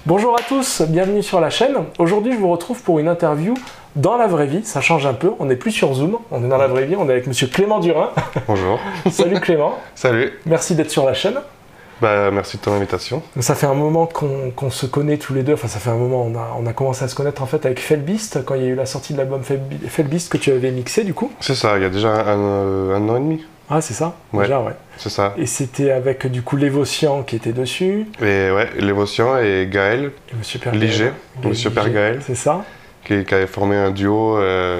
Bonjour à tous, bienvenue sur la chaîne. Aujourd'hui, je vous retrouve pour une interview dans la vraie vie. Ça change un peu, on n'est plus sur Zoom, on est dans la vraie vie, on est avec monsieur Clément Durin. Bonjour. Salut Clément. Salut. Merci d'être sur la chaîne. Merci de ton invitation. Ça fait un moment qu'on se connaît tous les deux, enfin ça fait un moment, on a commencé à se connaître en fait avec Felbeast, quand il y a eu la sortie de l'album Felbeast que tu avais mixé du coup. C'est ça, il y a déjà un an et demi. Ah c'est ça, ouais. Déjà ouais. C'est ça. Et c'était avec du coup Lévocian qui était dessus. Et ouais, Lévocian et Gaël. Et Monsieur Père Liger, Gaël. Monsieur Père Gaël. C'est ça. Qui avait formé un duo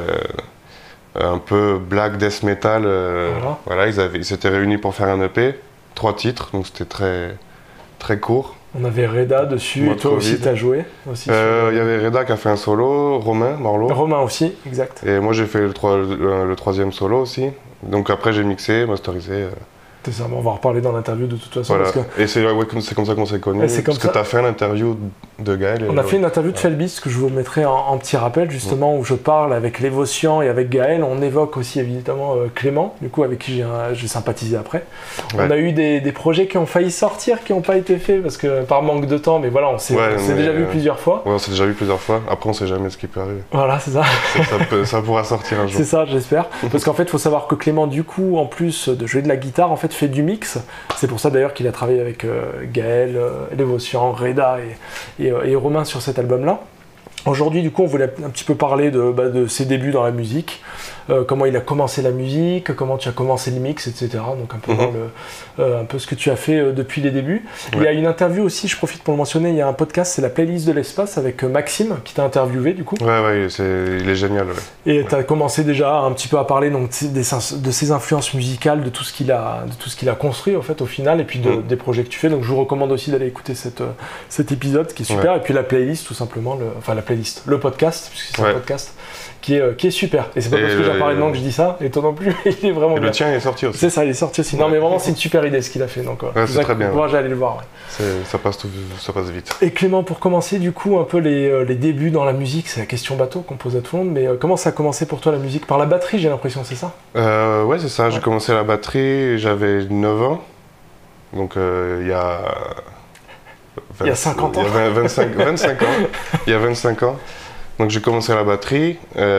un peu black death metal. Voilà, ils s'étaient réunis pour faire un EP, 3 titres, donc c'était très court. On avait Reda dessus, et toi aussi t'as joué aussi. Il y avait Reda qui a fait un solo, Romain Morlot. Romain aussi, exact. Et moi j'ai fait le troisième solo aussi. Donc après j'ai mixé, masterisé. C'est ça, on va en reparler dans l'interview de toute façon. Voilà. Parce que... Et c'est comme ça qu'on s'est connus. Parce que tu as fait l'interview de Gaël. On a fait une interview de Felbeast que je vous mettrai en petit rappel, justement, où je parle avec Lévocian et avec Gaël. On évoque aussi évidemment Clément, du coup, avec qui j'ai sympathisé après. Ouais. On a eu des projets qui ont failli sortir, qui n'ont pas été faits parce que par manque de temps, mais voilà, on s'est déjà vu plusieurs fois. Ouais, on s'est déjà vu plusieurs fois. Après, on ne sait jamais ce qui peut arriver. Voilà, c'est ça. Ça pourra sortir un jour. C'est ça, j'espère. Parce qu'en fait, il faut savoir que Clément, du coup, en plus de jouer de la guitare, en fait, fait du mix. C'est pour ça d'ailleurs qu'il a travaillé avec Gaël, Lévocian, Reda et Romain sur cet album-là. Aujourd'hui, du coup, on voulait un petit peu parler de ses débuts dans la musique, comment il a commencé la musique, comment tu as commencé le mix, etc. Donc un peu, un peu ce que tu as fait depuis les débuts. Ouais. Il y a une interview aussi, je profite pour le mentionner, il y a un podcast, c'est la playlist de l'espace avec Maxime qui t'a interviewé du coup. Ouais, il est génial. Ouais. Et tu as commencé déjà un petit peu à parler donc, de ses influences musicales, de tout ce qu'il a construit en fait au final, et puis des projets que tu fais. Donc je vous recommande aussi d'aller écouter cet épisode qui est super, et puis la playlist tout simplement, le podcast, puisque c'est un podcast, qui est super. Et c'est pas parce que j'en parlais dedans que je dis ça, et toi non plus, il est vraiment bien. Le tien est sorti aussi. C'est ça, il est sorti aussi. Non mais vraiment c'est une super idée ce qu'il a fait. Donc c'est très bien. Moi j'allais le voir. Ouais. Ça passe vite. Et Clément, pour commencer du coup un peu les débuts dans la musique, c'est la question bateau qu'on pose à tout le monde, mais comment ça a commencé pour toi la musique? Par la batterie j'ai l'impression, c'est ça? Ouais c'est ça, j'ai commencé la batterie, j'avais 9 ans, donc il y a... il y a 50 ans. Il y a 25 ans. Il y a 25 ans. Donc j'ai commencé à la batterie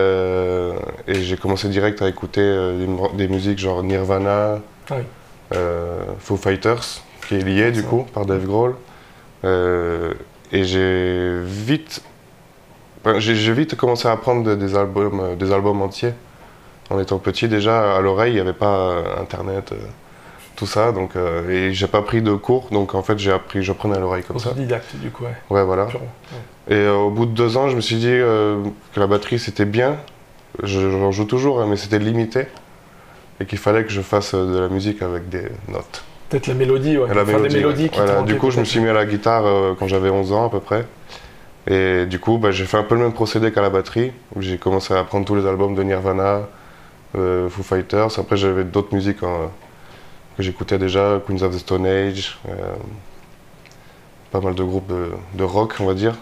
et j'ai commencé direct à écouter des musiques genre Nirvana, Foo Fighters, qui est lié du coup par Dave Grohl. Et j'ai vite commencé à apprendre des albums entiers. En étant petit déjà, à l'oreille, il n'y avait pas Internet. Tout ça, donc et j'ai pas pris de cours, donc en fait j'apprenais à l'oreille comme ça. Autodidacte du coup, ouais. Ouais, voilà. Et au bout de 2 ans, je me suis dit que la batterie c'était bien, j'en joue toujours, hein, mais c'était limité, et qu'il fallait que je fasse de la musique avec des notes. Peut-être la mélodie, ouais. Des mélodies qui voilà. Du coup, je me suis mis à la guitare quand j'avais 11 ans à peu près, et du coup, j'ai fait un peu le même procédé qu'à la batterie, où j'ai commencé à apprendre tous les albums de Nirvana, Foo Fighters, après j'avais d'autres musiques que j'écoutais déjà, Queens of the Stone Age, pas mal de groupes de rock, on va dire.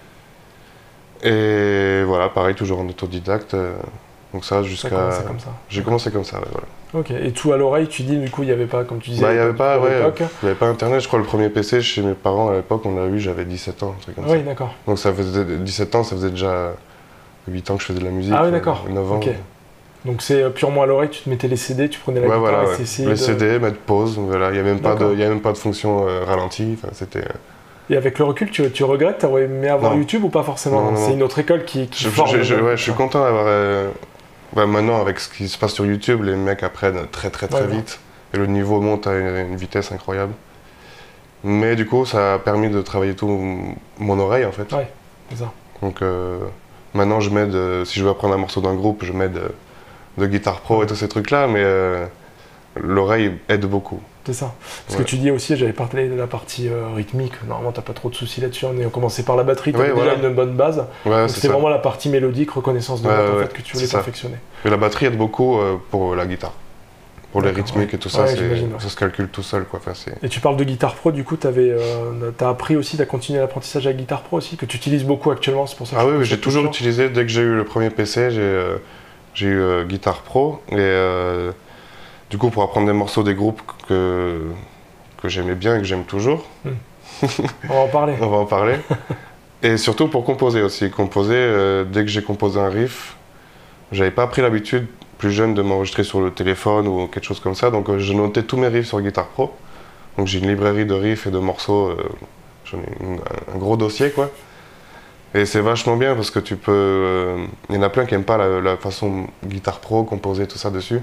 Et voilà, pareil, toujours en autodidacte. Donc ça, jusqu'à... J'ai commencé comme ça, ouais, voilà. Ok, et tout à l'oreille, tu dis, du coup, il n'y avait pas, comme tu disais, il n'y avait pas Internet, je crois, le premier PC chez mes parents à l'époque, on l'a eu, j'avais 17 ans, un truc comme ça. Oui, d'accord. Donc ça faisait 17 ans, ça faisait déjà 8 ans que je faisais de la musique. Ah oui, d'accord. 9 ans. Okay. Donc c'est purement à l'oreille, tu te mettais les CD, tu prenais la guitare et les CD, mettre pause, voilà. Il n'y a même pas de fonction ralentie, c'était... Et avec le recul, tu regrettes, t'aurais aimé avoir YouTube ou pas forcément? C'est une autre école qui forme. Je suis content d'avoir... maintenant, avec ce qui se passe sur YouTube, les mecs apprennent très vite. Et le niveau monte à une vitesse incroyable. Mais du coup, ça a permis de travailler tout mon oreille, en fait. Ouais, c'est ça. Donc maintenant, je m'aide, si je veux apprendre un morceau d'un groupe, je m'aide de Guitar Pro et tous ces trucs-là, mais l'oreille aide beaucoup. C'est ça. Parce que tu dis aussi, j'avais parlé de la partie rythmique, normalement t'as pas trop de soucis là-dessus, on a commencé par la batterie, t'avais déjà une bonne base. C'est vraiment la partie mélodique, reconnaissance de notes en fait, que tu voulais perfectionner. Et la batterie aide beaucoup pour la guitare. Pour les rythmiques et tout ça, ça se calcule tout seul, quoi. Et tu parles de Guitar Pro, du coup, t'as appris aussi, t'as continué l'apprentissage à Guitar Pro aussi, que tu utilises beaucoup actuellement, c'est pour ça que oui, j'ai toujours utilisé, dès que j'ai eu le premier PC, j'ai eu Guitar Pro, et du coup, pour apprendre des morceaux des groupes que j'aimais bien et que j'aime toujours, On va en parler. On va en parler. Et surtout pour composer aussi. Composer, dès que j'ai composé un riff, j'avais pas pris l'habitude, plus jeune, de m'enregistrer sur le téléphone ou quelque chose comme ça. Donc je notais tous mes riffs sur Guitar Pro. Donc j'ai une librairie de riffs et de morceaux, j'en ai un gros dossier quoi. Et c'est vachement bien parce que tu peux... Il y en a plein qui n'aiment pas la façon Guitar Pro, composer tout ça dessus.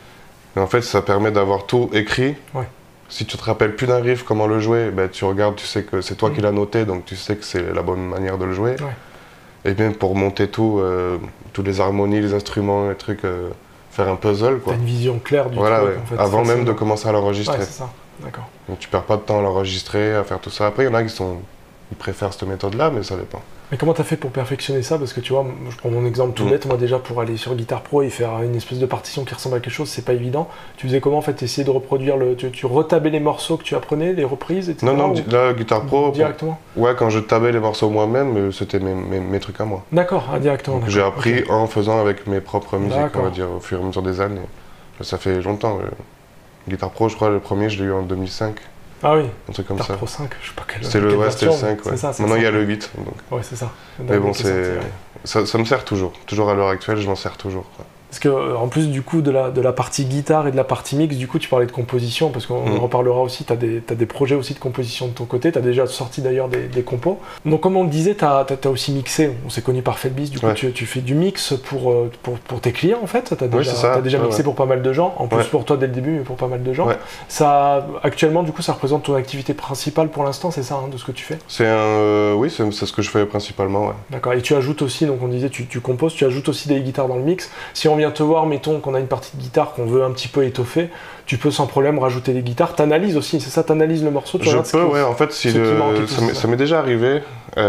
Et en fait ça permet d'avoir tout écrit. Ouais. Si tu te rappelles plus d'un riff, comment le jouer, ben, tu regardes, tu sais que c'est toi qui l'as noté, donc tu sais que c'est la bonne manière de le jouer. Ouais. Et bien pour monter tout, toutes les harmonies, les instruments, les trucs, faire un puzzle quoi. T'as une vision claire du truc ouais. en fait. Avant même de commencer à l'enregistrer. Ouais, c'est ça, d'accord. Donc tu perds pas de temps à l'enregistrer, à faire tout ça. Après il y en a ils préfèrent cette méthode-là, mais ça dépend. Mais comment t'as fait pour perfectionner ça? Parce que tu vois, je prends mon exemple tout bête, moi déjà pour aller sur Guitar Pro et faire une espèce de partition qui ressemble à quelque chose, c'est pas évident. Tu faisais comment en fait? Essayer de reproduire tu retabais les morceaux que tu apprenais, les reprises, etc. Non, là, Guitar Pro, directement? Ouais, quand je tabais les morceaux moi-même, c'était mes trucs à moi. D'accord, directement. J'ai appris en faisant avec mes propres musiques, on va dire, au fur et à mesure des années. Ça fait longtemps. Guitar Pro, je crois, le premier, je l'ai eu en 2005. Ah oui, un truc comme Guitar ça. Pro 5, je sais pas quelle c'était le 5, ouais. Ça, maintenant il y a le 8. Donc. Ouais, c'est ça. Mais bon, ça me sert toujours. Toujours à l'heure actuelle, je m'en sers toujours. Quoi. Parce que en plus du coup de la partie guitare et de la partie mix, du coup tu parlais de composition, parce qu'on en reparlera aussi, t'as des projets aussi de composition de ton côté, t'as déjà sorti d'ailleurs des compos. Donc comme on le disait, t'as aussi mixé, on s'est connu par Felbeast, du coup tu fais du mix pour tes clients en fait, t'as déjà mixé pour pas mal de gens, en plus pour toi dès le début, mais pour pas mal de gens. Ça, actuellement du coup ça représente ton activité principale pour l'instant, c'est ça hein, de ce que tu fais? Oui, c'est ce que je fais principalement, ouais. D'accord, et tu ajoutes aussi, donc on disait tu composes, tu ajoutes aussi des guitares dans le mix. Si on vient te voir, mettons qu'on a une partie de guitare qu'on veut un petit peu étoffer, tu peux sans problème rajouter des guitares. T'analyses aussi, c'est ça, t'analyses le morceau. Je peux, ouais. En fait, ça m'est déjà arrivé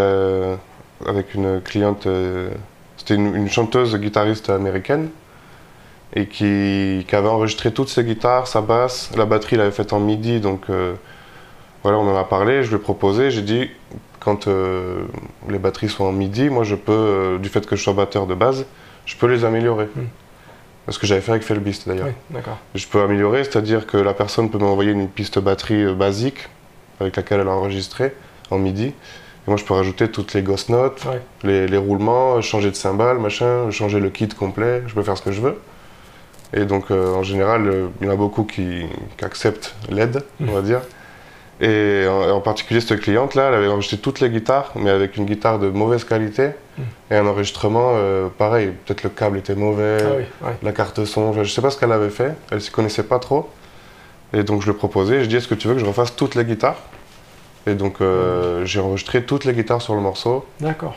avec une cliente. C'était une chanteuse guitariste américaine et qui avait enregistré toutes ses guitares, sa basse, la batterie, elle avait faite en MIDI, donc voilà, on en a parlé. Je lui ai proposé, j'ai dit quand les batteries sont en MIDI, moi je peux, du fait que je sois batteur de base, je peux les améliorer. Ce que j'avais fait avec Felbeast d'ailleurs. Oui, je peux améliorer, c'est-à-dire que la personne peut m'envoyer une piste batterie basique avec laquelle elle a enregistré en MIDI. Et moi je peux rajouter toutes les ghost notes, les roulements, changer de cymbales, machin, changer le kit complet, je peux faire ce que je veux. Et donc en général, il y en a beaucoup qui acceptent l'aide, on va dire. Et en particulier cette cliente-là, elle avait enregistré toutes les guitares, mais avec une guitare de mauvaise qualité. Et un enregistrement, pareil, peut-être le câble était mauvais, la carte son, je ne sais pas ce qu'elle avait fait, elle ne s'y connaissait pas trop. Et donc je lui ai proposé, je dis est-ce que tu veux que je refasse toutes les guitares? Et donc j'ai enregistré toutes les guitares sur le morceau. D'accord.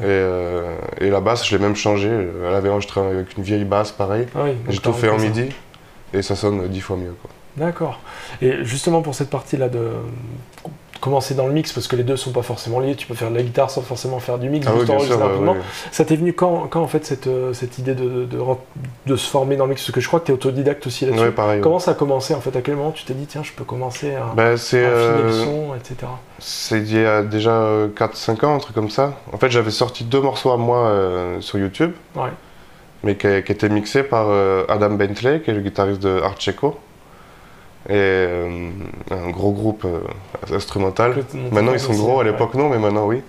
Et la basse, je l'ai même changée, elle avait enregistré avec une vieille basse, pareil. J'ai tout fait en MIDI, et ça sonne 10 fois mieux, quoi. D'accord. Et justement pour cette partie-là de commencer dans le mix, parce que les deux sont pas forcément liés, tu peux faire de la guitare sans forcément faire du mix, juste enregistrer rapidement. Ça t'est venu quand en fait cette idée de se former dans le mix? Parce que je crois que tu es autodidacte aussi là-dessus. Comment ça a commencé en fait? À quel moment tu t'es dit tiens je peux commencer à affiner le son, etc. C'est il y a déjà 4-5 ans, un truc comme ça. En fait j'avais sorti 2 morceaux à moi sur YouTube, mais qui étaient mixés par Adam Bentley, qui est le guitariste de Art Checo. Et un gros groupe instrumental. Maintenant ils sont gros, à l'époque non, mais maintenant oui.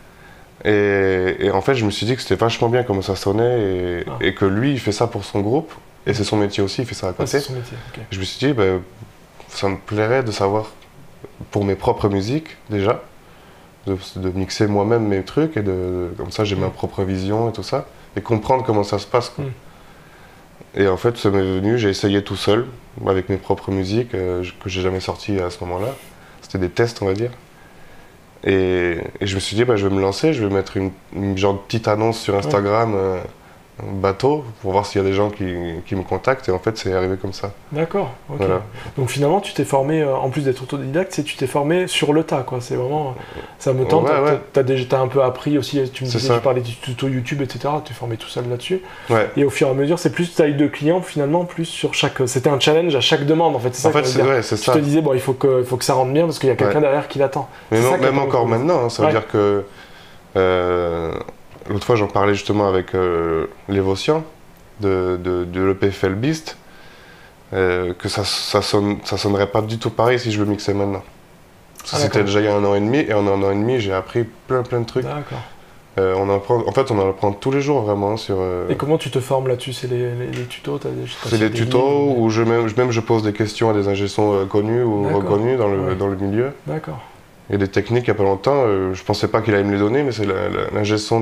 Et en fait je me suis dit que c'était vachement bien comment ça sonnait et que lui il fait ça pour son groupe et c'est son métier aussi, il fait ça à côté. Je me suis dit ça me plairait de savoir pour mes propres musiques déjà, de mixer moi-même mes trucs et comme ça j'ai ma propre vision et tout ça et comprendre comment ça se passe quoi. Et en fait, ça m'est venu, j'ai essayé tout seul, avec mes propres musiques, que j'ai jamais sorties à ce moment-là. C'était des tests, on va dire. Et je me suis dit, je vais me lancer, je vais mettre une genre de petite annonce sur Instagram, bateau, pour voir s'il y a des gens qui me contactent. Et en fait, c'est arrivé comme ça. D'accord, ok. Voilà. Donc finalement, tu t'es formé, en plus d'être autodidacte, tu t'es formé sur le tas, quoi. C'est vraiment, ça me tente. T'as un peu appris aussi, tu me disais, tu parlais du tuto YouTube, etc. Tu t'es formé tout seul là-dessus. Et au fur et à mesure, c'est plus taille de clients, finalement, plus sur chaque... C'était un challenge à chaque demande, en fait. C'est ça. C'est ça. Tu te disais, il faut que ça rentre bien, parce qu'il y a quelqu'un derrière qui l'attend. Mais même encore maintenant, hein, ça veut dire que... L'autre fois, j'en parlais justement avec l'Évotion de l'EP Felbeast, que ça sonnerait pas du tout pareil si je le mixais maintenant. C'était déjà il y a 1 an et demi, et en 1 an et demi, j'ai appris plein de trucs. D'accord. On en apprend tous les jours vraiment sur. Et comment tu te formes là-dessus? C'est les tutos? C'est des tutos où je pose des questions à des ingé-sons connus ou reconnus dans le milieu. D'accord. Il y a des techniques il n'y a pas longtemps, je pensais pas qu'il allait me les donner, mais c'est l'ingé-son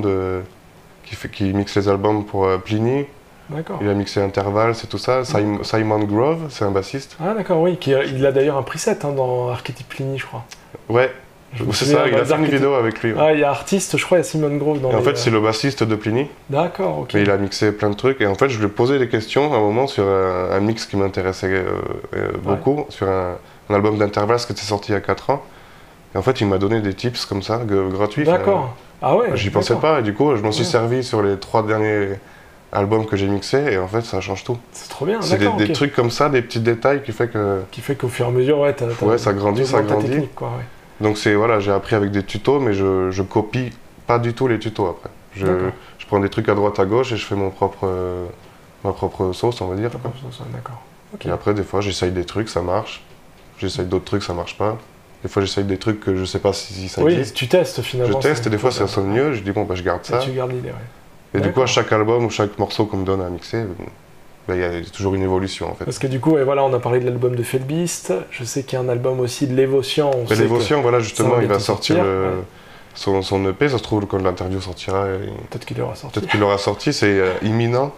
qui mixe les albums pour Pliny. D'accord. Il a mixé Interval, c'est tout ça. Simon Grove, c'est un bassiste. Ah d'accord, oui. Il a d'ailleurs un preset dans Archetype Pliny, je crois. Ouais. C'est ça, il a fait une vidéo avec lui. Ouais. Ah, il y a artiste, je crois, il y a Simon Grove dans en fait, c'est le bassiste de Pliny. D'accord, ok. Mais il a mixé plein de trucs. Et en fait, je lui ai posé des questions à un moment sur un mix qui m'intéressait beaucoup, sur un album d'Intervalle qui était sorti il y a 4 ans. Et en fait, il m'a donné des tips comme ça, gratuits. D'accord. Ah ouais. J'y pensais pas, et du coup, je m'en suis servi sur les 3 derniers albums que j'ai mixés, et en fait, ça change tout. C'est trop bien, c'est des trucs comme ça, des petits détails qui fait que... Qui fait qu'au fur et à mesure, ça grandit. Technique, quoi, ouais. Donc j'ai appris avec des tutos, mais je copie pas du tout les tutos après. Je prends des trucs à droite à gauche et je fais ma propre sauce, on va dire. D'accord. Okay. Et après, des fois, j'essaye des trucs, ça marche. J'essaye d'autres trucs, ça marche pas. Des fois, j'essaye des trucs que je sais pas si ça existe. Oui, tu testes finalement. Je teste et des fois, ça sonne mieux. Je dis, bon, je garde ça. Et tu gardes l'idée, Et du coup, à chaque album ou chaque morceau qu'on me donne à mixer, il y a toujours une évolution en fait. Parce que du coup, on a parlé de l'album de Felbeast, je sais qu'il y a un album aussi de Lévocian. Lévocian, voilà, justement, il va sortir son EP, ça se trouve quand l'interview sortira. Peut-être qu'il aura sorti. Peut-être qu'il aura sorti, c'est imminent.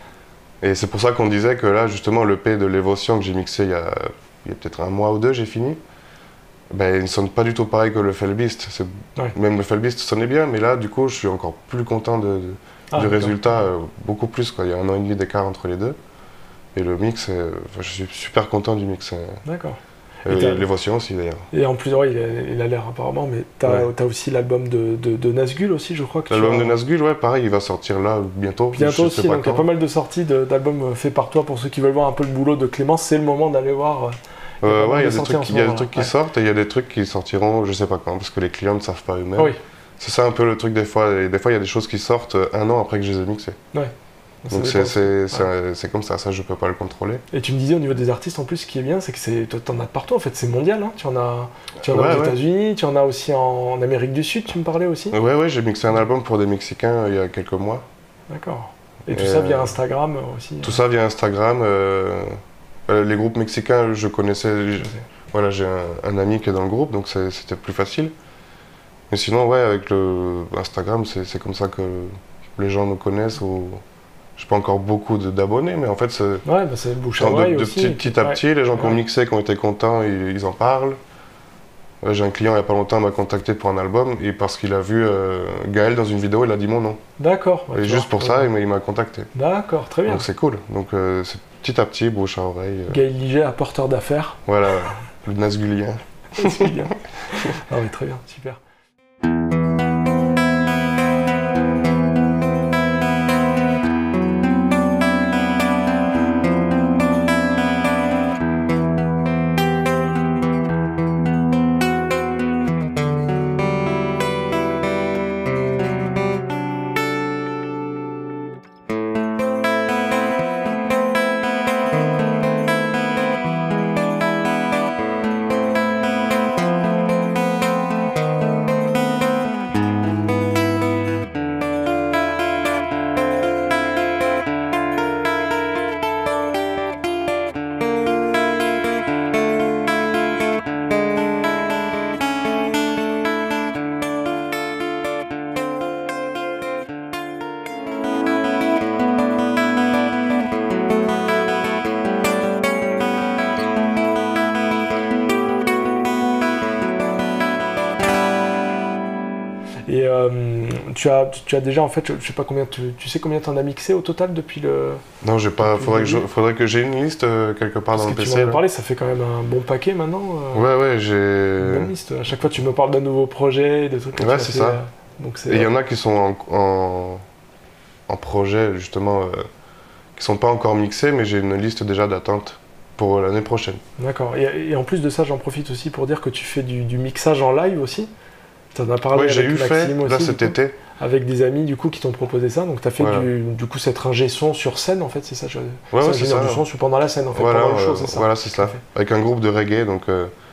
Et c'est pour ça qu'on disait que là, justement, l'EP de Lévocian que j'ai mixé il y a peut-être 1 mois ou 2, j'ai fini. Il ne sonne pas du tout pareil que le Felbeast. Même le Felbeast sonnait bien, mais là, du coup, je suis encore plus content du résultat, beaucoup plus, quoi. Il y a 1 an et demi d'écart entre les deux. Et le mix, je suis super content du mix. D'accord. L'émotion aussi d'ailleurs. Et en plus, il a l'air apparemment, mais t'as aussi l'album de Nazgûl aussi, je crois. L'album de Nazgûl, pareil, il va sortir là bientôt. Bientôt aussi, donc il y a pas mal de sorties d'albums faits par toi. Pour ceux qui veulent voir un peu le boulot de Clémence, c'est le moment d'aller voir. Il y a des trucs qui sortent et il y a des trucs qui sortiront, je sais pas quand, parce que les clients ne savent pas eux-mêmes. Oui. C'est ça un peu le truc des fois. Et des fois, il y a des choses qui sortent 1 an après que je les ai mixées. Ouais. Donc c'est comme ça je peux pas le contrôler. Et tu me disais au niveau des artistes en plus, ce qui est bien, c'est que toi t'en as partout en fait, c'est mondial. Hein. Tu en as aux États-Unis, tu en as aussi en Amérique du Sud, tu me parlais aussi. Ouais, j'ai mixé un album pour des Mexicains il y a quelques mois. D'accord. Et tout ça via Instagram aussi. Tout ça via Instagram. Les groupes mexicains, je connaissais. Voilà, j'ai un ami qui est dans le groupe, donc c'était plus facile. Mais sinon, avec le Instagram, c'est comme ça que les gens me connaissent. Je n'ai pas encore beaucoup d'abonnés, mais en fait, c'est bouche à oreille aussi. Petit à petit, les gens qui ont mixé, qui ont été contents, ils en parlent. J'ai un client il n'y a pas longtemps, m'a contacté pour un album, et parce qu'il a vu Gaël dans une vidéo, il a dit mon nom. D'accord. Et juste pour ça, il m'a contacté. D'accord, très bien. Donc c'est cool. Donc c'est petit à petit, bouche à oreille. Gaël Liget, apporteur d'affaires. Voilà, le Nazgûlien. Ah oui, très bien, super. Et tu as déjà, en fait, je sais pas combien, tu sais combien tu en as mixé au total depuis le... Non, j'ai pas. Faudrait que j'ai une liste quelque part dans le PC. Tu m'en as parlé, ça fait quand même un bon paquet maintenant. Ouais, j'ai... Une bonne liste. À chaque fois, tu me parles d'un nouveau projet, des trucs que tu as fait. C'est ça. Et il y en a qui sont en projet, justement, qui sont pas encore mixés, mais j'ai une liste déjà d'attente pour l'année prochaine. D'accord. Et en plus de ça, j'en profite aussi pour dire que tu fais du mixage en live aussi. Tu en as parlé avec Maxime aussi, cet été. Avec des amis du coup qui t'ont proposé ça. Donc tu as fait du coup cette ingé son sur scène en fait, c'est ça. C'est ça. Du son pendant la scène en fait, pendant le show, c'est ça. Voilà, c'est ça. Avec un groupe de reggae, donc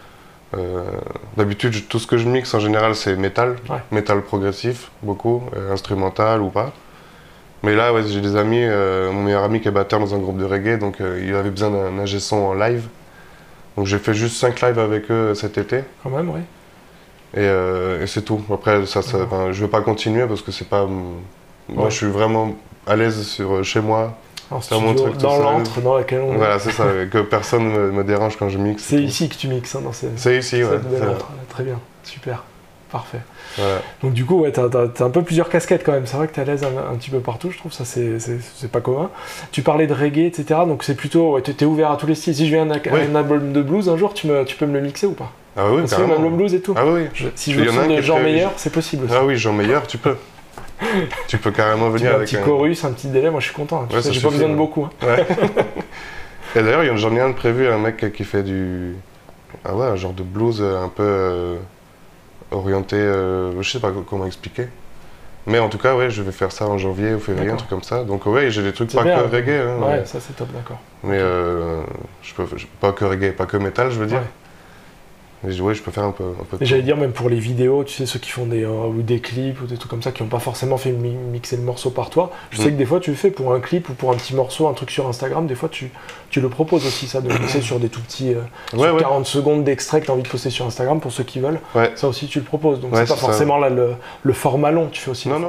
D'habitude, tout ce que je mixe en général, c'est métal, Ouais. métal progressif, beaucoup, instrumental ou pas. Mais là, ouais, j'ai des amis, mon meilleur ami qui est batteur dans un groupe de reggae, donc il avait besoin d'un ingé son en live. Donc j'ai fait juste 5 lives avec eux cet été, Quand même, oui. et c'est tout. Après, enfin, je veux pas continuer parce que c'est pas... Moi, Ouais. je suis vraiment à l'aise chez moi. En Faire mon studio, truc tout dans seul. l'antre dans laquelle on est. Voilà, c'est ça, que personne me dérange quand je mixe. C'est ici que tu mixes, hein, dans C'est ici, ouais. cette belle antre. Très bien, super, parfait. Voilà. Donc du coup, ouais, t'as un peu plusieurs casquettes quand même. C'est vrai que t'es à l'aise un petit peu partout, je trouve ça c'est pas commun. Tu parlais de reggae, etc. Donc c'est plutôt, ouais, t'es ouvert à tous les styles. Si je viens un album de blues un jour, tu peux me le mixer ou pas? Ah oui, Aussi, carrément. même le blues et tout. Ah oui. Si je veux le son de Jean Meyer, c'est possible aussi. Ah oui, Jean Meyer, tu peux. Tu peux carrément Tu venir mets un avec petit chorus, un petit délai, moi je suis content. Hein. Ouais, J'ai pas besoin de beaucoup. Hein. Ouais. Et d'ailleurs, j'en ai un de prévu, un mec qui fait ah ouais, un genre de blues un peu orienté, je sais pas comment expliquer. Mais en tout cas, ouais, je vais faire ça en janvier ou février, un truc comme ça. Donc ouais, j'ai des trucs pas bien, que reggae. Hein, ouais, ça c'est top, d'accord. Mais pas que reggae, pas que métal, je veux dire. Ouais. Mais ouais, je peux faire un peu de Et j'allais dire, même pour les vidéos, tu sais, ceux qui font ou des clips ou des trucs comme ça, qui n'ont pas forcément fait mixer le morceau par toi, je sais que des fois tu le fais pour un clip ou pour un petit morceau, un truc sur Instagram, des fois tu le proposes aussi, ça, de mixer sur des tout petits 40 secondes d'extrait que tu as envie de poster sur Instagram pour ceux qui veulent. Ouais. Ça aussi tu le proposes, donc Ouais, c'est pas forcément là le format long, tu fais aussi. Non, non.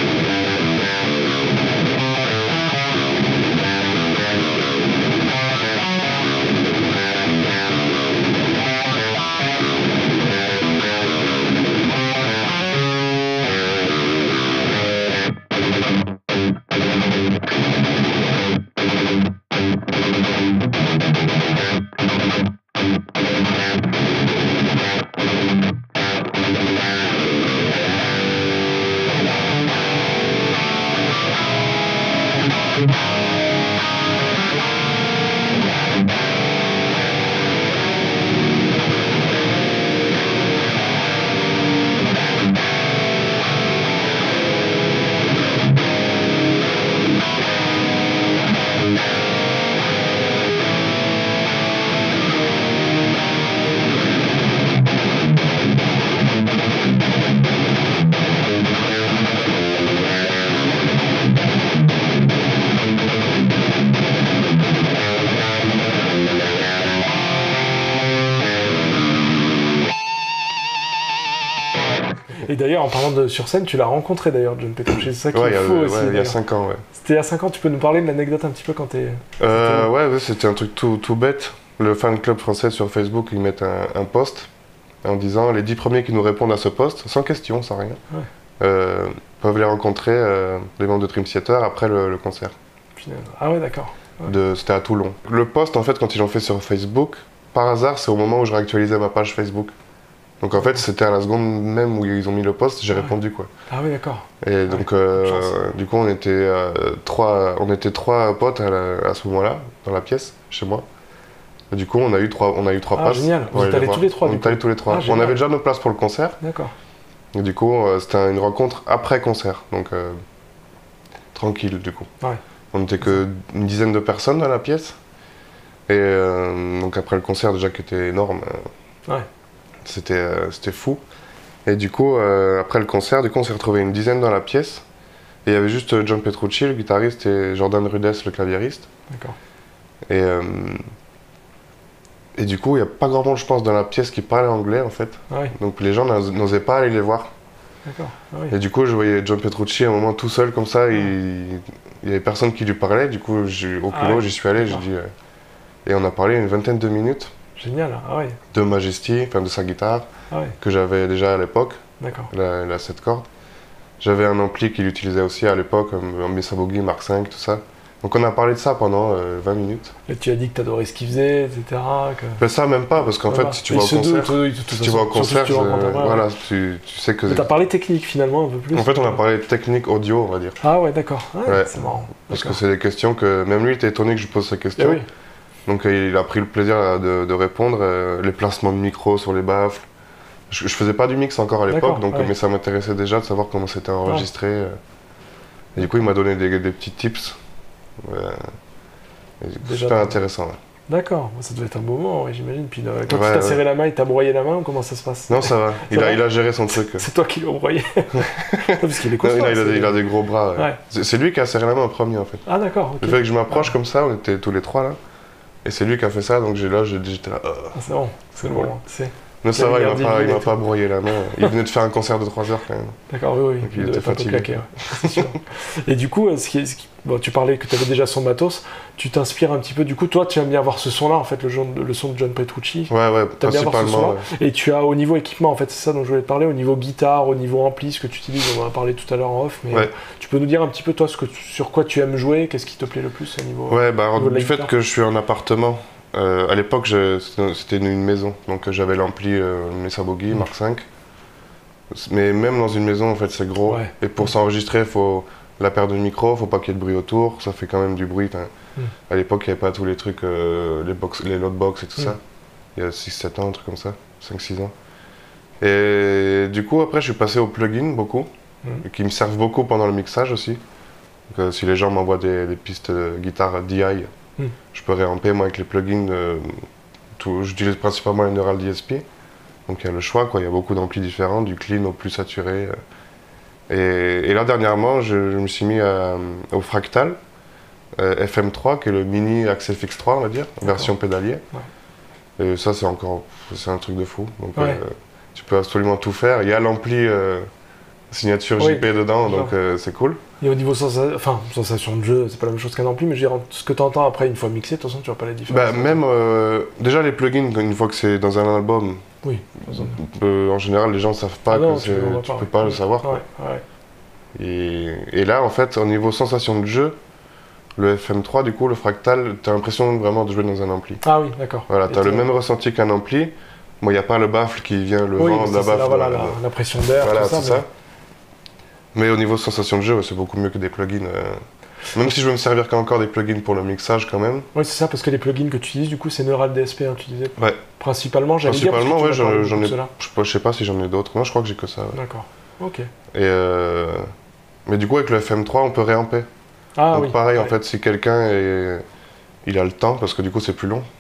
Et d'ailleurs, en parlant de sur scène, tu l'as rencontré d'ailleurs, John Petrucci, c'est ça qui est fou aussi. Ouais, il y a 5 ans, ouais. C'était il y a 5 ans, tu peux nous parler de l'anecdote un petit peu quand t'es... Ouais, c'était un truc tout bête. Le fan club français sur Facebook, ils mettent un post en disant les 10 premiers qui nous répondent à ce post, sans question, sans rien, peuvent les rencontrer, les membres de Dream Theater, après le concert. Ah ouais, d'accord. Ouais. C'était à Toulon. Le post, en fait, quand ils l'ont fait sur Facebook, par hasard, c'est au moment où je réactualisais ma page Facebook. Donc en fait, c'était à la seconde même où ils ont mis le post, j'ai répondu quoi. Ah oui, d'accord. Et donc, du coup, on était trois potes à ce moment-là, dans la pièce, chez moi. Et du coup, on a eu trois passes. Génial. Vous êtes allés tous les trois. On est allés tous les trois. On avait déjà nos places pour le concert. D'accord. Et du coup, c'était une rencontre après concert, donc tranquille du coup. Ouais. On n'était que une dizaine de personnes dans la pièce. Et donc après le concert déjà qui était énorme. C'était fou. Et du coup, après le concert, on s'est retrouvé une dizaine dans la pièce. Et il y avait juste John Petrucci, le guitariste, et Jordan Rudess, le claviériste. D'accord. Et du coup, il n'y a pas grand monde, je pense, dans la pièce qui parlait anglais, en fait. Donc les gens n'osaient pas aller les voir. D'accord. Et du coup, je voyais John Petrucci à un moment tout seul, comme ça. Il n'y avait personne qui lui parlait. Du coup, au culot, j'y suis allé. J'ai dit, et on a parlé une vingtaine de minutes. Génial, de Majesty, enfin de sa guitare, que j'avais déjà à l'époque, la 7 cordes. J'avais un ampli qu'il utilisait aussi à l'époque, un Mesa Boogie Mark V, tout ça. Donc on a parlé de ça pendant 20 minutes. Et tu as dit que tu adorais ce qu'il faisait, etc. Mais ça même pas, parce qu'en fait, si tu vas au concert, voilà, tu sais que... Tu as parlé technique finalement un peu plus. En fait, on a parlé technique audio, on va dire. Ah ouais, d'accord. C'est marrant. Parce que c'est des questions que... Même lui était étonné que je pose ces questions. Donc il a pris le plaisir de répondre, les placements de micro sur les baffles. Je faisais pas du mix encore à l'époque, mais ça m'intéressait déjà de savoir comment c'était enregistré. Et du coup, il m'a donné des petits tips. C'était intéressant. D'accord, ça devait être un beau moment, ouais, j'imagine. Puis quand Ouais, tu t'as ouais. serré la main, il t'a broyé la main ou comment ça se passe? Non, ça va. Il va a géré son truc. C'est toi qui l'as broyé. Parce qu'il est Non, costaud. il a des gros bras. Ouais. Ouais. C'est lui qui a serré la main en premier, en fait. Ah d'accord, ok. Le fait que je m'approche comme ça, on était tous les trois là. Et c'est lui qui a fait ça, donc j'étais là. Ah, c'est bon, c'est le Voilà. moment, tu sais. Mais ça va, lumière il divine et m'a tout. pas broyé la main. Il venait de faire un concert de 3 heures quand même. D'accord, oui, oui. Donc, il devait était être un peu fatigué. claqué, ouais, c'est sûr. Et du coup, bon, tu parlais que tu avais déjà son matos, tu t'inspires un petit peu. Du coup, toi, tu aimes bien avoir ce son-là, en fait, le son de John Petrucci. Ouais, T'aimes bien avoir ce principalement. son-là. Et tu as au niveau équipement, en fait, c'est ça dont je voulais te parler, au niveau guitare, au niveau ampli, ce que tu utilises, on en a parlé tout à l'heure en off, mais Ouais. tu peux nous dire un petit peu, toi, sur quoi tu aimes jouer, qu'est-ce qui te plaît le plus au niveau. Ouais, bah, niveau de la du fait guitare. que je suis en appartement, à l'époque c'était une maison, donc j'avais l'ampli Mesa Boogie Mark V. Mais même dans une maison, en fait, c'est gros. Ouais. Et pour s'enregistrer, il faut la paire de micros, faut pas qu'il y ait de bruit autour, ça fait quand même du bruit. À l'époque, il n'y avait pas tous les trucs, les loadbox et tout ça. Il y a 6-7 ans, un truc comme ça, 5-6 ans. Et du coup, après, je suis passé aux plugins beaucoup, qui me servent beaucoup pendant le mixage aussi. Donc, si les gens m'envoient des pistes de guitare DI, je peux réamper moi avec les plugins. J'utilise principalement les Neural DSP. Donc il y a le choix, quoi. Il y a beaucoup d'amplis différents, du clean au plus saturé. Et là, dernièrement, je me suis mis au Fractal FM3, qui est le mini Axel Fix 3, on va dire, version pédalier. Ouais. Et ça, c'est un truc de fou. Donc tu peux absolument tout faire. Il y a l'ampli signature JP dedans, donc c'est cool. Et au niveau sensation de jeu, c'est pas la même chose qu'un ampli, mais je veux dire, ce que tu entends après, une fois mixé, de toute façon, tu vois pas la différence. Bah, même, déjà les plugins, une fois que c'est dans un album, oui, en général, les gens ne savent pas tu peux pas le savoir. Quoi. Et là, en fait, au niveau sensation de jeu, le FM3, du coup, le Fractal, tu as l'impression vraiment de jouer dans un ampli. Ah oui, d'accord. Voilà, tu as le même ressenti qu'un ampli. Moi, il n'y a pas le baffle qui vient, le vent de la baffle. Voilà, la pression d'air, voilà, tout ça. Ça. Mais au niveau sensation de jeu, c'est beaucoup mieux que des plugins. Même si je veux me servir encore des plugins pour le mixage quand même. Oui, c'est ça, parce que les plugins que tu utilises, du coup, c'est Neural DSP, hein, tu disais. Ouais. Principalement, j'allais dire. Principalement, ouais, j'en ai. Je sais pas si j'en ai d'autres. Moi, je crois que j'ai que ça. Ouais. D'accord. Ok. Mais du coup, avec le FM3, on peut réamper. Ah donc, oui. pareil, en fait, si quelqu'un il a le temps, parce que du coup, c'est plus long.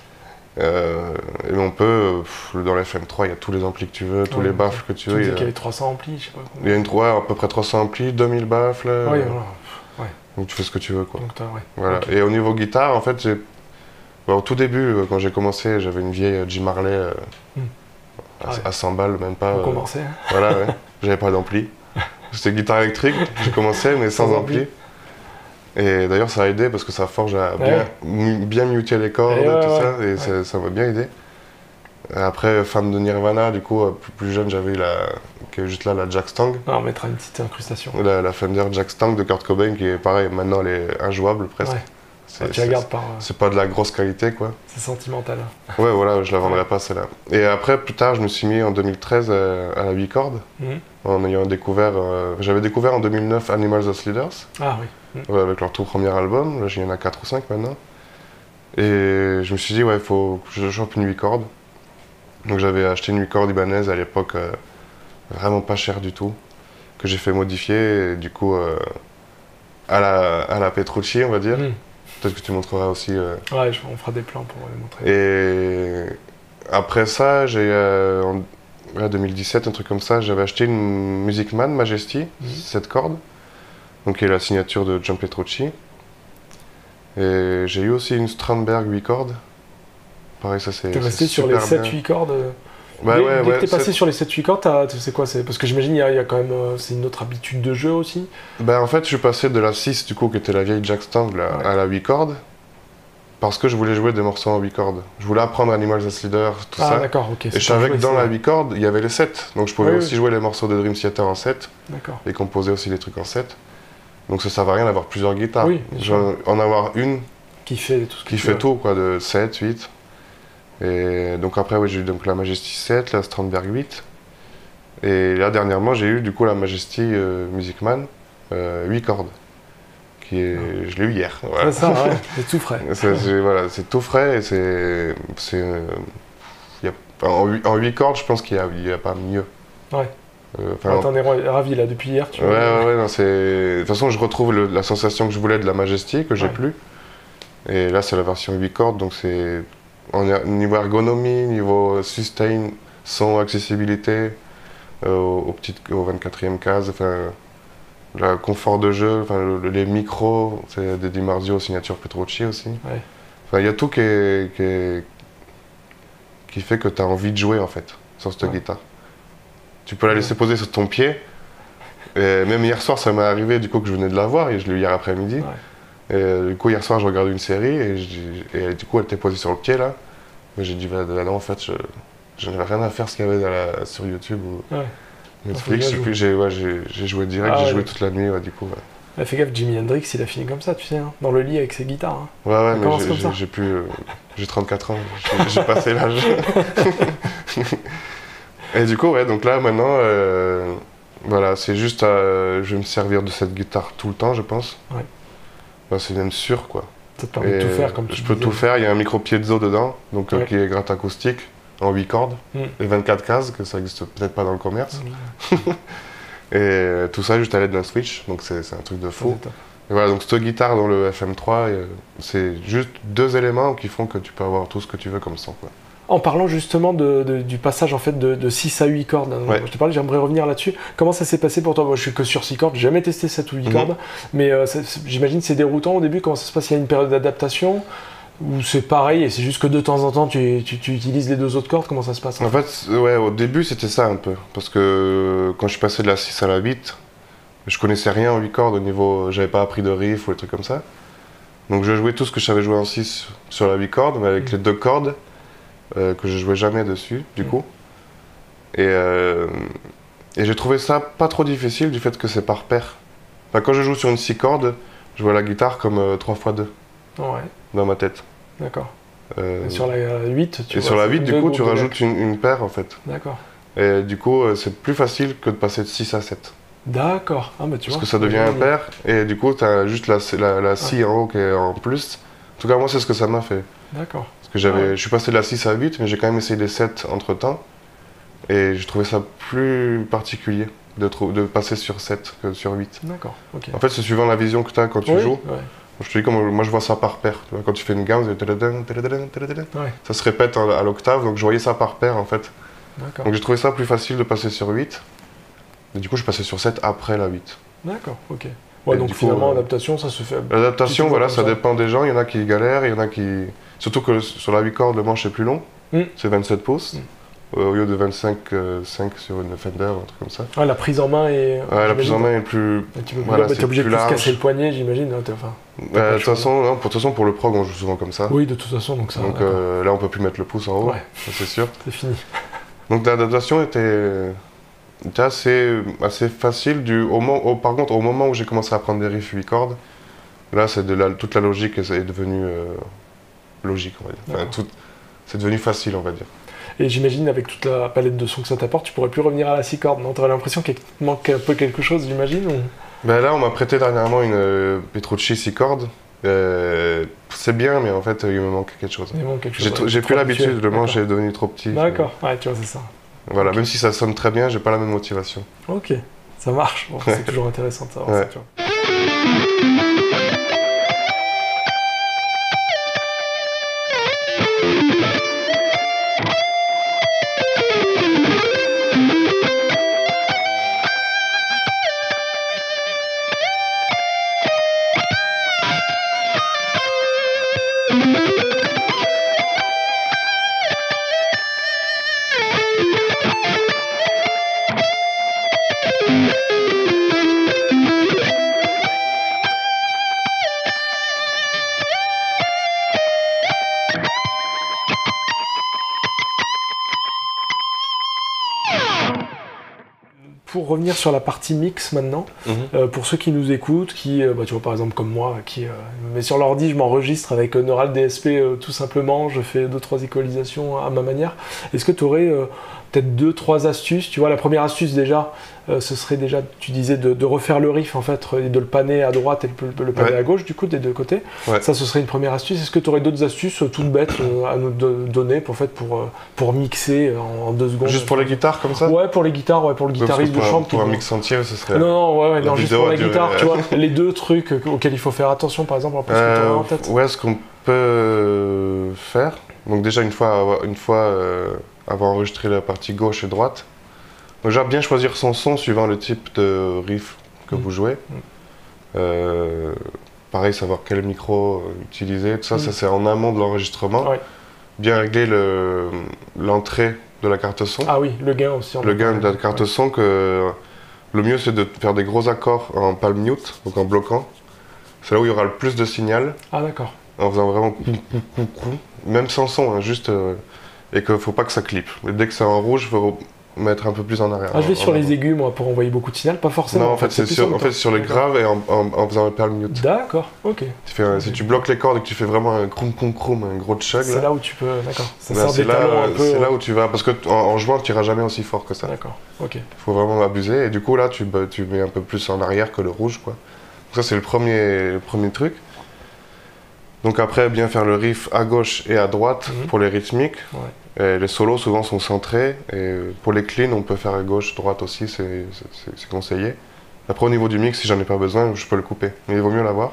Et on peut, dans le FM3, il y a tous les amplis que tu veux, tous les baffles que tu veux. Tu disais qu'il y avait 300 amplis, je sais pas. Il y a à peu près 300 amplis, 2000 baffles. Oui, voilà. Ouais. Donc tu fais ce que tu veux, quoi. Donc, voilà. Okay. Et au niveau guitare, en fait, au tout début, quand j'ai commencé, j'avais une vieille Jim Marley à 100 balles, même pas. Pour commencer. Voilà, ouais. J'avais pas d'ampli. C'était guitare électrique, j'ai commencé, mais sans ampli. Et d'ailleurs, ça a aidé parce que ça forge à bien muter les cordes et tout ça, et ça m'a bien aidé. Après, fan de Nirvana, du coup, plus jeune, j'avais qui est juste là, la Jack Stang. Ah, on mettra une petite incrustation. La Fender Jack Stang de Kurt Cobain, qui est pareil, maintenant elle est injouable presque. Tu la gardes par. C'est pas de la grosse qualité, quoi. C'est sentimental. Ouais, voilà, je la vendrai pas celle-là. Et après, plus tard, je me suis mis en 2013 à la 8 cordes, en ayant découvert. J'avais découvert en 2009 Animals as Leaders. Ah oui. Avec leur tout premier album, là il y en a 4 ou 5 maintenant. Et je me suis dit, ouais, il faut que je chope une 8 cordes. Donc j'avais acheté une 8 cordes ibanaise à l'époque, vraiment pas cher du tout, que j'ai fait modifier, et du coup, à la Petrucci, on va dire. Peut-être que tu montreras aussi. Ouais, on fera des plans pour les montrer. Et après ça, en 2017, un truc comme ça, j'avais acheté une Music Man Majesty, 7 cordes. Donc qui est la signature de John Petrucci. Et j'ai eu aussi une Strandberg 8 cordes. Pareil, ça c'est. T'es resté sur les 7-8 cordes Bah dès que t'es passé sur les 7-8 cordes, c'est quoi? Parce que j'imagine il y a quand même. C'est une autre habitude de jeu aussi. Bah en fait, je suis passé de la 6, du coup, qui était la vieille Jack Stang, à la 8 cordes. Parce que je voulais jouer des morceaux en 8 cordes. Je voulais apprendre Animals as Leader, tout ça. Ah d'accord, ok. Et je savais que dans la 8 cordes, il y avait les 7. Donc je pouvais aussi jouer les morceaux de Dream Theater en 7. D'accord. Et composer aussi les trucs en 7. Donc ça sert à rien d'avoir plusieurs guitares. Oui, en avoir une qui fait tout ce qui fait tout, quoi, de 7, 8. Et donc après, oui, j'ai eu donc la Majesty 7, la Strandberg 8. Et là, dernièrement, j'ai eu du coup la Majesty Music Man 8 cordes. Je l'ai eu hier. Voilà. C'est ça, ouais, c'est tout frais. Voilà, c'est tout frais et en 8 cordes, je pense qu'il n'y a pas mieux. Ouais. T'en es ravi là depuis hier, tu vois. Ouais, non, de toute façon, je retrouve la sensation que je voulais de la Majesty, que j'ai plus. Et là, c'est la version 8 cordes, donc c'est niveau ergonomie, niveau sustain, son, accessibilité, au 24e case, enfin, le confort de jeu, enfin, les micros, c'est des Di Marzio signature Petrucci aussi. Ouais. Enfin, il y a tout qui fait que tu as envie de jouer en fait sur cette guitare. Tu peux la laisser poser sur ton pied. Et même hier soir, ça m'est arrivé du coup que je venais de la voir et je l'ai eu hier après-midi. Ouais. Et du coup, hier soir, je regardais une série et du coup, elle était posée sur le pied là. Mais j'ai dit, bah, non, en fait, je n'avais rien à faire ce qu'il y avait sur YouTube ou Netflix. Et puis j'ai joué direct, j'ai joué toute la nuit, du coup. Ouais, fais gaffe, Jimi Hendrix, il a fini comme ça, tu sais, hein, dans le lit avec ses guitares. Hein. Ouais, mais j'ai 34 ans, j'ai passé l'âge. Et du coup, ouais, donc là, maintenant, voilà, c'est juste, je vais me servir de cette guitare tout le temps, je pense. Ouais. Bah, c'est même sûr, quoi. Ça te permet de tout faire, comme tu Je peux tout faire, il y a un micro piezo dedans, donc qui est gratte acoustique, en 8 cordes, et 24 cases, que ça n'existe peut-être pas dans le commerce. Et tout ça juste à l'aide d'un switch, donc c'est un truc de fou. Et voilà, donc cette guitare dans le FM3, c'est juste 2 éléments qui font que tu peux avoir tout ce que tu veux comme son, quoi. En parlant justement du passage en fait de 6 à 8 cordes, je te parlais, j'aimerais revenir là-dessus. Comment ça s'est passé pour toi? Moi, je suis que sur 6 cordes, j'ai jamais testé 7 ou 8 cordes, mais j'imagine que c'est déroutant au début. Comment ça se passe? Il y a une période d'adaptation ou c'est pareil et c'est juste que de temps en temps tu utilises les 2 autres cordes? Comment ça se passe? En fait, ouais, au début c'était ça un peu, parce que quand je suis passé de la 6 à la 8, je connaissais rien en 8 cordes au niveau, j'avais pas appris de riff ou des trucs comme ça. Donc je jouais tout ce que je savais jouer en 6 sur la 8 cordes, mais avec les 2 cordes. Que je jouais jamais dessus, du coup. Et j'ai trouvé ça pas trop difficile du fait que c'est par paire. Enfin, quand je joue sur une 6 cordes, je vois la guitare comme 3x2 dans ma tête. D'accord. Sur la 8, tu vois. Et sur la 8, du coup, tu rajoutes une paire en fait. D'accord. Et du coup, c'est plus facile que de passer de 6 à 7. D'accord. Ah, bah, tu vois. Parce que ça devient impair, et du coup, tu as juste la scie en haut qui est en plus. En tout cas, moi, c'est ce que ça m'a fait. D'accord. Je suis passé de la 6 à 8, mais j'ai quand même essayé les 7 entre temps. Et j'ai trouvé ça plus particulier de passer sur 7 que sur 8. D'accord, ok. En fait, c'est suivant la vision que tu as quand tu joues. Ouais. Je te dis, moi je vois ça par paire. Tu vois, quand tu fais une gamme, ça se répète à l'octave, donc je voyais ça par paire en fait. Donc j'ai trouvé ça plus facile de passer sur 8. Et du coup, je suis passé sur 7 après la 8. D'accord, ok. Ouais, donc finalement, l'adaptation, ça se fait. L'adaptation, voilà, ça dépend des gens. Il y en a qui galèrent, il y en a qui. Surtout que sur la 8 cordes, le manche est plus long. C'est 27 pouces. Au lieu de 25,5 sur une Fender, un truc comme ça. Ouais, la prise en main est. Ouais, la prise en main est plus. T'es obligé de plus casser le poignet, j'imagine. De toute façon, pour le prog, on joue souvent comme ça. Oui, de toute façon, donc ça. Donc là, on peut plus mettre le pouce en haut, c'est sûr. C'est fini. Donc l'adaptation était assez facile. Par contre, au moment où j'ai commencé à prendre des riffs 8 cordes, là, toute la logique est devenue logique, on va dire. Enfin, c'est devenu facile, on va dire. Et j'imagine, avec toute la palette de sons que ça t'apporte, tu pourrais plus revenir à la 6 cordes, non? T'aurais l'impression qu'il manque un peu quelque chose, j'imagine Ben là, on m'a prêté dernièrement une Petrucci 6 cordes. C'est bien, mais en fait, il me manque quelque chose. J'ai plus l'habitude, le manche est devenu trop petit. D'accord, ouais, tu vois, c'est ça. Voilà, même si ça sonne très bien, j'ai pas la même motivation. Ok, ça marche. Bon, c'est toujours intéressant de savoir ça, tu vois. Pour revenir sur la partie mix maintenant, pour ceux qui nous écoutent, qui, tu vois par exemple comme moi, qui me met sur l'ordi, je m'enregistre avec Neural DSP tout simplement, je fais 2-3 équalisations à ma manière. Est-ce que tu aurais peut-être 2-3 astuces? Tu vois, la première astuce déjà, ce serait déjà, tu disais, de refaire le riff en fait, et de le panner à droite et le panner à gauche du coup, des deux côtés. Ça, ce serait une première astuce. Est-ce que tu aurais d'autres astuces toutes bêtes à nous donner pour mixer en 2 secondes? Juste pour les guitares comme ça? Ouais, pour les guitares, pour le guitariste de chambre. Pour un mix entier, ce serait. Non, juste pour la guitare, tu vois, les 2 trucs auxquels il faut faire attention par exemple, après ce que tu aurais en tête. Ouais, peux faire. Donc déjà une fois avoir enregistré la partie gauche et droite. Donc déjà bien choisir son son suivant le type de riff que vous jouez. Pareil, savoir quel micro utiliser, tout ça, ça c'est en amont de l'enregistrement. Ouais. Bien régler l'entrée de la carte son. Ah oui, le gain aussi. Le gain de la carte son, que le mieux c'est de faire des gros accords en palm mute, donc en bloquant. C'est là où il y aura le plus de signal. Ah d'accord. En faisant vraiment même sans son, hein, juste et qu'il ne faut pas que ça clippe. Et dès que c'est en rouge, il faut mettre un peu plus en arrière. Ah, je vais sur les aigus moi pour envoyer beaucoup de signal, pas forcément. Non, en fait c'est sur les graves et en faisant le palm mute. D'accord, ok. Si tu bloques les cordes et que tu fais vraiment un crum crum crum, un gros chug. C'est là où tu peux, d'accord. Ça là, sert des talons un peu. C'est là où tu vas, parce que en jouant tu n'iras jamais aussi fort que ça. D'accord, ok. Il faut vraiment abuser et du coup là tu mets un peu plus en arrière que le rouge quoi. Donc ça c'est le premier truc. Donc après, bien faire le riff à gauche et à droite pour les rythmiques. Ouais. Et les solos souvent sont centrés. Et pour les cleans, on peut faire à gauche, droite aussi, c'est conseillé. Après au niveau du mix, si j'en ai pas besoin, je peux le couper. Mais il vaut mieux l'avoir.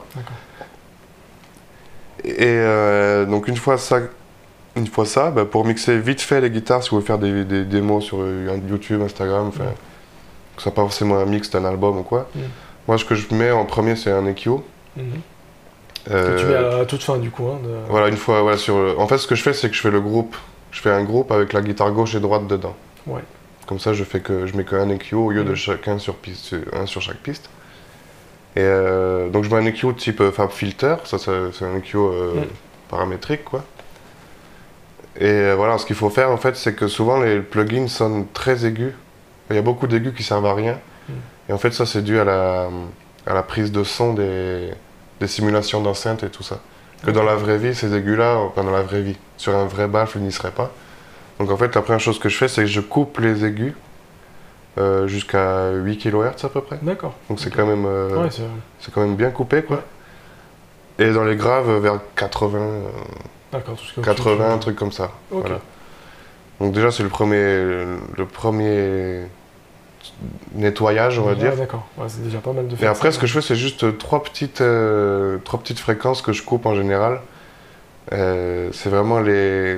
Et donc une fois ça, pour mixer vite fait les guitares, si vous voulez faire des démos sur YouTube, Instagram, que ce soit pas forcément un mix d'un album ou quoi. Moi ce que je mets en premier c'est un EQ. Que tu mets à toute fin du coup. Hein, Voilà, une fois, voilà, en fait, ce que je fais, c'est que je fais le groupe. Je fais un groupe avec la guitare gauche et droite dedans. Ouais. Comme ça, je mets qu'un EQ au lieu de un sur chaque piste. Et donc, je mets un EQ type Fab Filter. Ça, c'est un EQ paramétrique, quoi. Et voilà, ce qu'il faut faire, en fait, c'est que souvent, les plugins sonnent très aigus. Il y a beaucoup d'aigus qui servent à rien. Et en fait, ça, c'est dû à la prise de son des simulations d'enceinte et tout ça. Que dans la vraie vie, ces aigus-là, enfin dans la vraie vie, sur un vrai baffle, ils n'y seraient pas. Donc en fait, la première chose que je fais, c'est que je coupe les aigus jusqu'à 8 kHz à peu près. D'accord. Donc c'est quand même, c'est quand même bien coupé, quoi. Ouais. Et dans les graves, vers 80, d'accord, 80, un truc comme ça. Okay. Voilà. Donc déjà, c'est le premier nettoyage, on va dire. D'accord, c'est déjà pas mal de faire. Et après, ce que je fais, c'est juste trois petites fréquences que je coupe en général. C'est vraiment la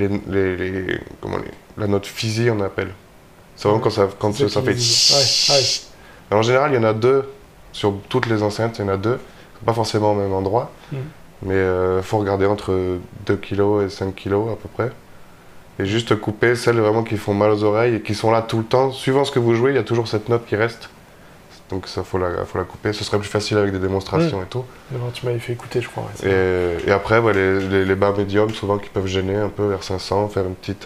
note fuzzy, on appelle. C'est vraiment quand ça fait. En général, il y en a deux sur toutes les enceintes, il y en a deux. Pas forcément au même endroit, mais il faut regarder entre 2 kg et 5 kg à peu près. Et juste couper celles vraiment qui font mal aux oreilles et qui sont là tout le temps. Suivant ce que vous jouez, il y a toujours cette note qui reste. Donc ça, faut la couper. Ce serait plus facile avec des démonstrations et tout. Tu m'avais fait écouter, je crois. Et après, les bas médiums, souvent, qui peuvent gêner un peu vers 500, faire une petite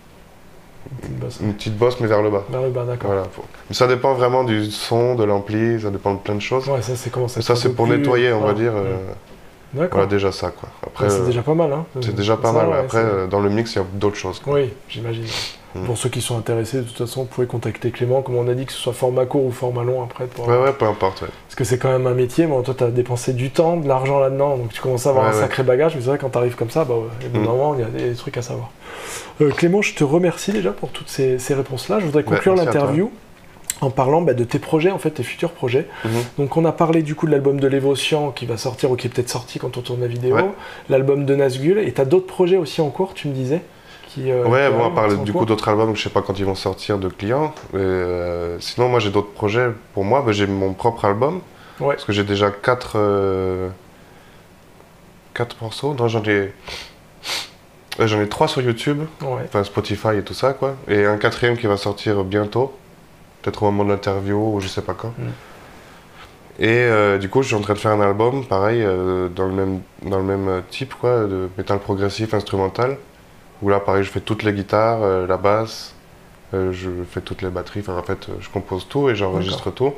bosse, mais vers le bas. Vers le bas, d'accord. Voilà, mais ça dépend vraiment du son, de l'ampli, ça dépend de plein de choses. Ouais, ça, c'est comment ça. Ça, c'est pour nettoyer, on va dire. D'accord. Voilà, déjà ça, quoi. Après, c'est déjà pas mal, hein. C'est déjà pas mal. Après, dans le mix, il y a d'autres choses, quoi. Oui, j'imagine. Pour ceux qui sont intéressés, de toute façon, vous pouvez contacter Clément, comme on a dit, que ce soit format court ou format long après. Ouais, peu importe. Ouais. Parce que c'est quand même un métier. Bon, toi, tu as dépensé du temps, de l'argent là-dedans, donc tu commences à avoir un sacré bagage. Mais c'est vrai, quand tu arrives comme ça, normalement, il y a des trucs à savoir. Clément, je te remercie déjà pour toutes ces réponses-là. Je voudrais conclure l'interview en parlant de tes projets, en fait, tes futurs projets. Donc on a parlé du coup de l'album de Lévosian qui va sortir, ou qui est peut-être sorti quand on tourne la vidéo, l'album de Nazgul, et tu as d'autres projets aussi en cours, tu me disais on va parler du coup d'autres albums, je sais pas quand ils vont sortir de clients. Sinon, moi j'ai d'autres projets. Pour moi, j'ai mon propre album, parce que j'ai déjà 4 morceaux. Non, j'en ai 3 sur YouTube, enfin Spotify et tout ça, quoi. Et un 4e qui va sortir bientôt. Peut-être au moment de l'interview ou je sais pas quand. Et du coup, je suis en train de faire un album, pareil, dans le même type, quoi, de métal progressif instrumental. Où là, pareil, je fais toutes les guitares, la basse, je fais toutes les batteries. Enfin, en fait, je compose tout et j'enregistre tout.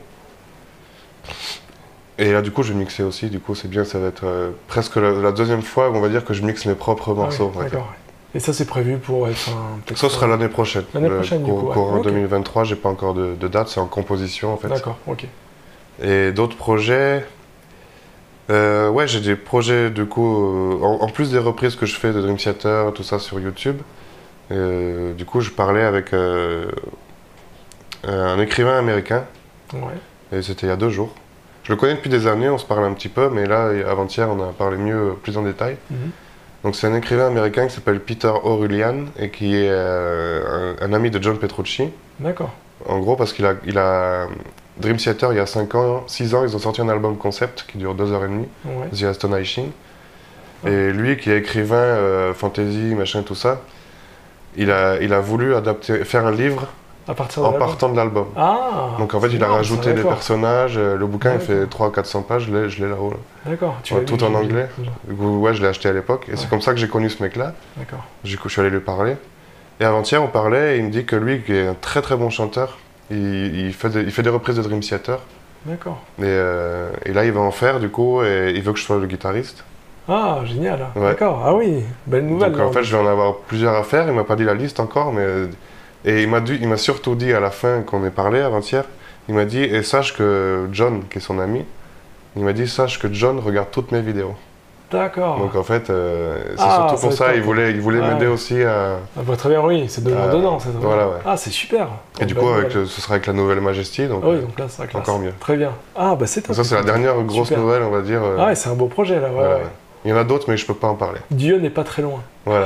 Et là, du coup, je vais mixer aussi. Du coup, c'est bien, ça va être presque la deuxième fois, on va dire, que je mixe mes propres morceaux. Et ça, c'est prévu pour être ça sera l'année prochaine. L'année prochaine, du coup. En 2023, j'ai pas encore de date, c'est en composition, en fait. D'accord, ok. Et d'autres projets... j'ai des projets, du coup, en plus des reprises que je fais de Dream Theater, tout ça sur YouTube. Du coup, je parlais avec un écrivain américain. Et c'était il y a 2 jours. Je le connais depuis des années, on se parle un petit peu, mais là, avant-hier, on a parlé mieux, plus en détail. Donc c'est un écrivain américain qui s'appelle Peter O'Rulian et qui est un ami de John Petrucci. D'accord. En gros, parce qu'il a Dream Theater, il y a 6 ans, ils ont sorti un album concept qui dure 2h30, Ouais. The Astonishing. Et lui, qui est écrivain, fantasy, machin, tout ça, il a voulu faire un livre À partir en de l'album. partant de l'album. Ah. Donc en fait, c'est il a marrant, rajouté ça, des d'accord. personnages, le bouquin il fait D'accord. 300-400 pages, je l'ai là-haut. Là. D'accord. Tu Ouais, l'as tout lu, en j'imagine. anglais. Du coup, ouais, je l'ai acheté à l'époque, et Ouais. c'est comme ça que j'ai connu ce mec-là. D'accord. Du coup, je suis allé lui parler. Et avant-hier, on parlait, et il me dit que lui, qui est un très très bon chanteur, il fait des reprises de Dream Theater. D'accord. Et là, il va en faire, du coup, et il veut que je sois le guitariste. Ah, génial. Ouais. D'accord. Ah oui, belle nouvelle. Donc en là. fait, je vais en avoir plusieurs à faire. Il m'a pas dit la liste encore, mais et il m'a surtout dit à la fin qu'on ait parlé avant-hier. Il m'a dit et sache que John, qui est son ami, il m'a dit sache que John regarde toutes mes vidéos. D'accord. Donc en fait, c'est Ah, surtout ça pour va ça. être Il top. voulait Ouais. m'aider aussi à. Ah, bah, très bien, oui, c'est donnant. C'est donnant. Voilà, ouais. Ah, c'est super. Et du Belle coup, nouvelle. ce sera avec la nouvelle Majesty, donc Ah oui, donc là, ça classe. encore mieux. Très bien. Ah, bah c'est top. Ça c'est la dernière grosse Super. nouvelle, on va dire. Ah ouais, c'est un beau projet là. Ouais, Voilà, ouais. ouais. Il y en a d'autres, mais je peux pas en parler. Dieu n'est pas très loin. Voilà.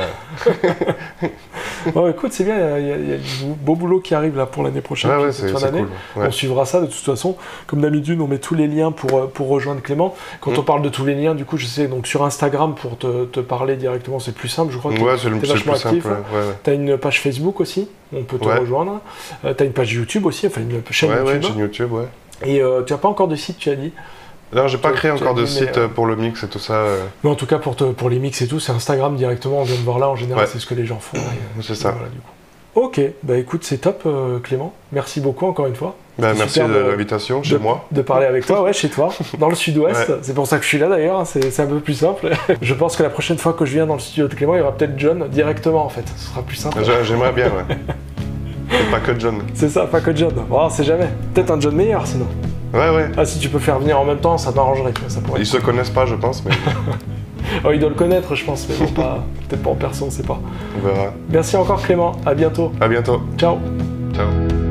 Bon, écoute, c'est bien, il y a du beau boulot qui arrive là pour l'année prochaine. Ouais, ouais, puis c'est cette fin d'année. cool. Ouais. On suivra ça de toute façon. Comme d'habitude, on met tous les liens pour rejoindre Clément. Quand on parle de tous les liens, du coup, je sais, donc sur Instagram, pour te parler directement, c'est plus simple, je crois. Ouais, c'est le t'es plus vachement simple. actif. Ouais, ouais. T'as une page Facebook aussi, on peut te Ouais. rejoindre. T'as une page YouTube aussi, enfin une chaîne Ouais, YouTube. chaîne YouTube, ouais. Et tu n'as pas encore de site, tu as dit. Alors, j'ai pas créé Tu as encore de dit, mais, site pour le mix et tout ça. Mais en tout cas, pour les mix et tout, c'est Instagram directement. On vient de voir là, en général, Ouais. c'est ce que les gens font. C'est ça. Voilà, du coup. Ok, bah écoute, c'est top, Clément. Merci beaucoup encore une fois. Bah, C'était merci super de l'invitation chez moi. De parler avec toi, ouais, chez toi, dans le sud-ouest. Ouais. C'est pour ça que je suis là d'ailleurs, hein, c'est un peu plus simple. Je pense que la prochaine fois que je viens dans le studio de Clément, il y aura peut-être John directement en fait. Ce sera plus simple. J'aimerais bien, ouais. Et pas que John. C'est ça, pas que John. Bon, on sait jamais. Peut-être un John meilleur sinon. Ouais, ouais. Ah, si tu peux faire venir en même temps, ça m'arrangerait. Tu vois, ça pourrait. Ils se connaissent pas, je pense, mais Oh, il doit le connaître, je pense, mais bon, peut-être pas en personne, on sait pas. on verra. Merci encore Clément, à bientôt. À bientôt. Ciao. Ciao.